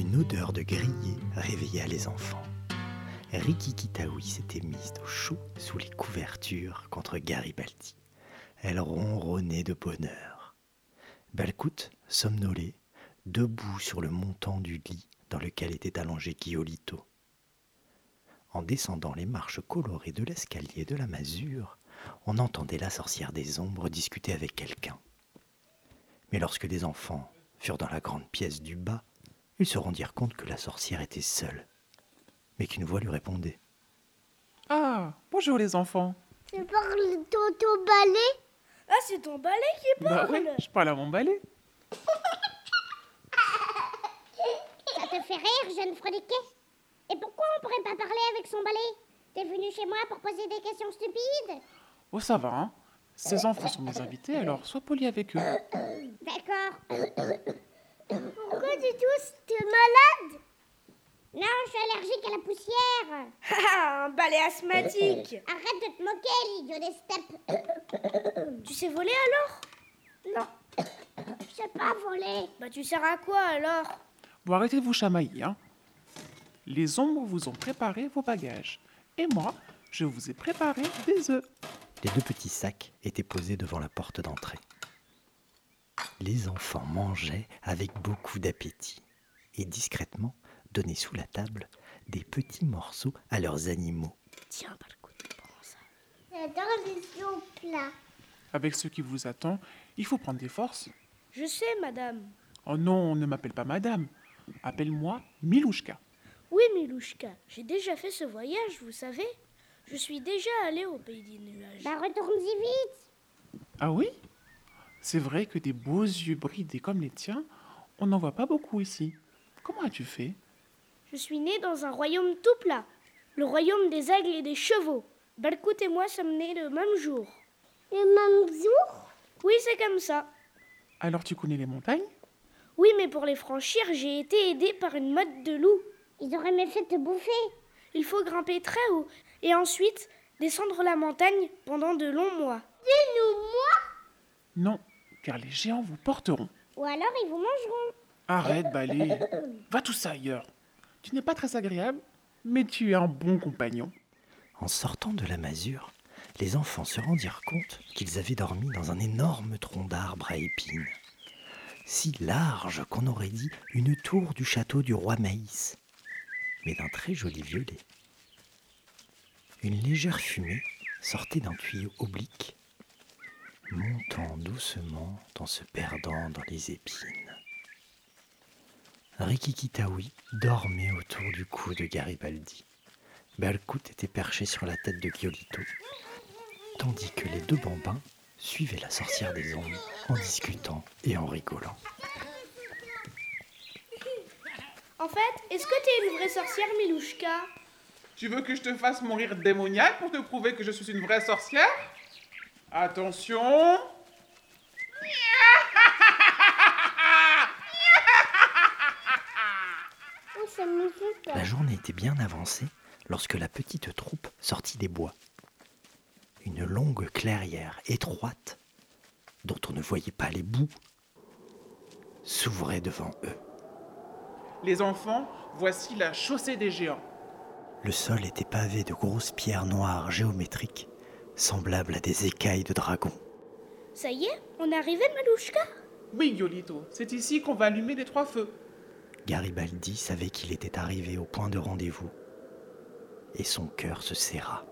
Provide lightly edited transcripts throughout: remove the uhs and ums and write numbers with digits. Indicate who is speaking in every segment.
Speaker 1: Une odeur de grillé réveilla les enfants. Rikiki-Taoui s'était mise au chaud sous les couvertures contre Garibaldi. Elle ronronnait de bonheur. Balkout, somnolé, debout sur le montant du lit dans lequel était allongé Giolito. En descendant les marches colorées de l'escalier de la masure, on entendait la sorcière des ombres discuter avec quelqu'un. Mais lorsque les enfants furent dans la grande pièce du bas, ils se rendirent compte que la sorcière était seule, mais qu'une voix lui répondait.
Speaker 2: « Ah, bonjour les enfants.
Speaker 3: Tu parles ton balai?
Speaker 4: Ah, c'est ton balai qui parle.
Speaker 2: Bah oui, je parle à mon balai.
Speaker 3: Ça te fait rire, jeune froliquet? Et pourquoi on pourrait pas parler avec son balai? T'es venu chez moi pour poser des questions stupides?
Speaker 2: Oh, ça va, hein. Ces enfants sont mes invités, alors sois poli avec eux.
Speaker 3: D'accord. Pourquoi tu tousses? T'es malade? Non, je suis allergique à la poussière.
Speaker 4: Ah, un balai asthmatique.
Speaker 3: Arrête de te moquer, l'idiot des steppes.
Speaker 4: Tu sais voler alors?
Speaker 3: Non, je sais pas voler.
Speaker 4: Bah tu sers à quoi alors?
Speaker 2: Bon, arrêtez de vous chamailler, hein. Les ombres vous ont préparé vos bagages. Et moi, je vous ai préparé des œufs.
Speaker 1: Les deux petits sacs étaient posés devant la porte d'entrée. Les enfants mangeaient avec beaucoup d'appétit et discrètement donnaient sous la table des petits morceaux à leurs animaux.
Speaker 4: Tiens, Balkout, prends ça.
Speaker 3: J'adore les œufs plats.
Speaker 2: Avec ce qui vous attend, il faut prendre des forces.
Speaker 4: Je sais, madame.
Speaker 2: Oh non, ne m'appelle pas madame. Appelle-moi Milouchka.
Speaker 4: Oui, Milouchka, j'ai déjà fait ce voyage, vous savez. Je suis déjà allée au pays des nuages.
Speaker 3: Bah retourne-y vite.
Speaker 2: Ah oui? C'est vrai que des beaux yeux bridés comme les tiens, on n'en voit pas beaucoup ici. Comment as-tu fait?
Speaker 4: Je suis née dans un royaume tout plat, le royaume des aigles et des chevaux. Balkout et moi sommes nés le même jour.
Speaker 3: Le même jour?
Speaker 4: Oui, c'est comme ça.
Speaker 2: Alors tu connais les montagnes?
Speaker 4: Oui, mais pour les franchir, j'ai été aidée par une meute de loups.
Speaker 3: Ils auraient mieux fait de te bouffer.
Speaker 4: Il faut grimper très haut et ensuite descendre la montagne pendant de longs mois.
Speaker 3: Dis-nous, moi?
Speaker 2: Non, car les géants vous porteront.
Speaker 3: Ou alors ils vous mangeront.
Speaker 2: Arrête, balai. Va tout ça ailleurs. Tu n'es pas très agréable, mais tu es un bon compagnon.
Speaker 1: En sortant de la masure, les enfants se rendirent compte qu'ils avaient dormi dans un énorme tronc d'arbre à épines, si large qu'on aurait dit une tour du château du roi Maïs, mais d'un très joli violet. Une légère fumée sortait d'un tuyau oblique, montant doucement en se perdant dans les épines. Rikiki-Taoui dormait autour du cou de Garibaldi. Balkout était perché sur la tête de Giolito, tandis que les deux bambins suivaient la sorcière des ombres en discutant et en rigolant.
Speaker 4: En fait, est-ce que t'es une vraie sorcière, Milouchka?
Speaker 2: Tu veux que je te fasse mon rire démoniaque pour te prouver que je suis une vraie sorcière? Attention!
Speaker 3: Oh, ça me fait peur.
Speaker 1: La journée était bien avancée lorsque la petite troupe sortit des bois. Une longue clairière étroite, dont on ne voyait pas les bouts, s'ouvrait devant eux.
Speaker 2: Les enfants, voici la chaussée des géants.
Speaker 1: Le sol était pavé de grosses pierres noires géométriques, semblables à des écailles de dragon.
Speaker 4: Ça y est, on est arrivé, Milouchka?
Speaker 2: Oui, Giolito, c'est ici qu'on va allumer les 3 feux.
Speaker 1: Garibaldi savait qu'il était arrivé au point de rendez-vous, et son cœur se serra.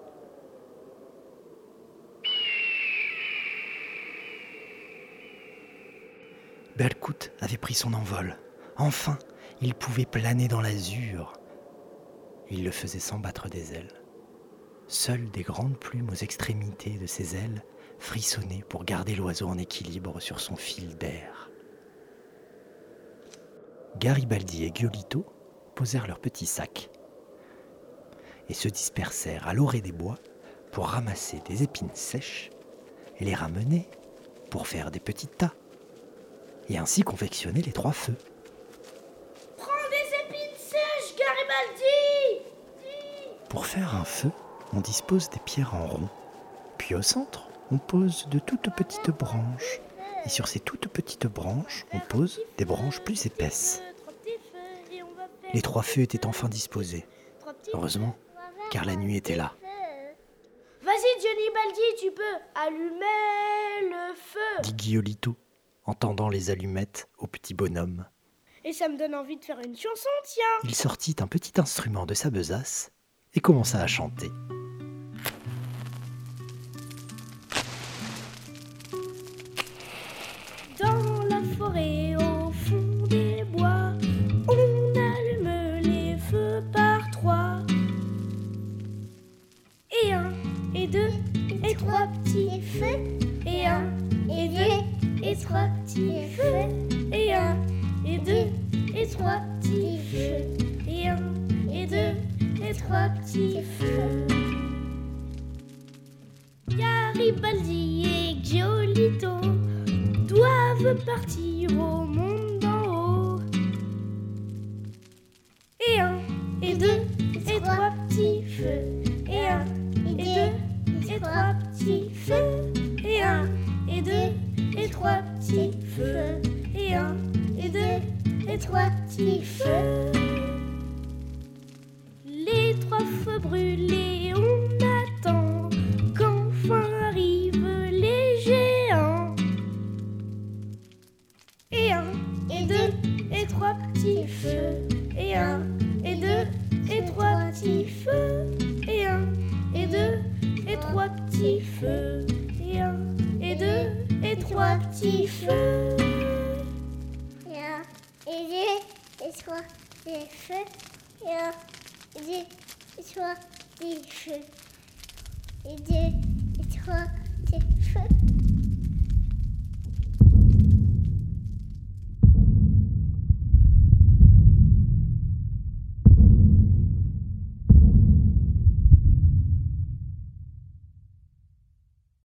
Speaker 1: Balkout avait pris son envol. Enfin, il pouvait planer dans l'azur. Il le faisait sans battre des ailes. Seules des grandes plumes aux extrémités de ses ailes frissonnaient pour garder l'oiseau en équilibre sur son fil d'air. Garibaldi et Giolito posèrent leurs petits sacs et se dispersèrent à l'orée des bois pour ramasser des épines sèches et les ramener pour faire des petits tas et ainsi confectionner les 3 feux.
Speaker 4: Prends des épines sèches, Garibaldi!
Speaker 1: Pour faire un feu, on dispose des pierres en rond. Puis au centre, on pose de toutes petites branches. Et sur ces toutes petites branches, on pose des branches plus épaisses. Les 3 feux étaient enfin disposés. Heureusement, car la nuit était là.
Speaker 4: Vas-y, Johnny Baldi, tu peux allumer le feu.
Speaker 1: Dit Guiolito, en tendant les allumettes au petit bonhomme.
Speaker 4: Et ça me donne envie de faire une chanson, tiens.
Speaker 1: Il sortit un petit instrument de sa besace et commença à chanter.
Speaker 4: Dans la forêt, au fond des bois, on allume les feux par 3. Et 1, et 2, et 3 petits feux. Et 1, et 2, et 3 petits feux. Et 1, et 2, et 3 petits feux. Et 1, et 2, et 3 petits feux. Garibaldi et Giolito doivent partir au monde d'en haut. Et 1, et 2, et 3 petits feux. Et 1, et 2, et 3 petits feux. Et 1, et 2, et 3 petits feux. Et 1, et 2, et 3 petits feux. Les 3 feux brûlés, on attend qu'enfin arrivent les géants. Et 1, et 2, et 3 petits feux. Et 1, et 2, et 3 petits feux. Et 1, et 2, et 3 petits feux. Et 1, et 2, et 3 petits feux.
Speaker 3: Et 1, et 2, et 3 petits feux. Et 1, et 2, et 3 petits feux. Et 2, et 3 petits feux.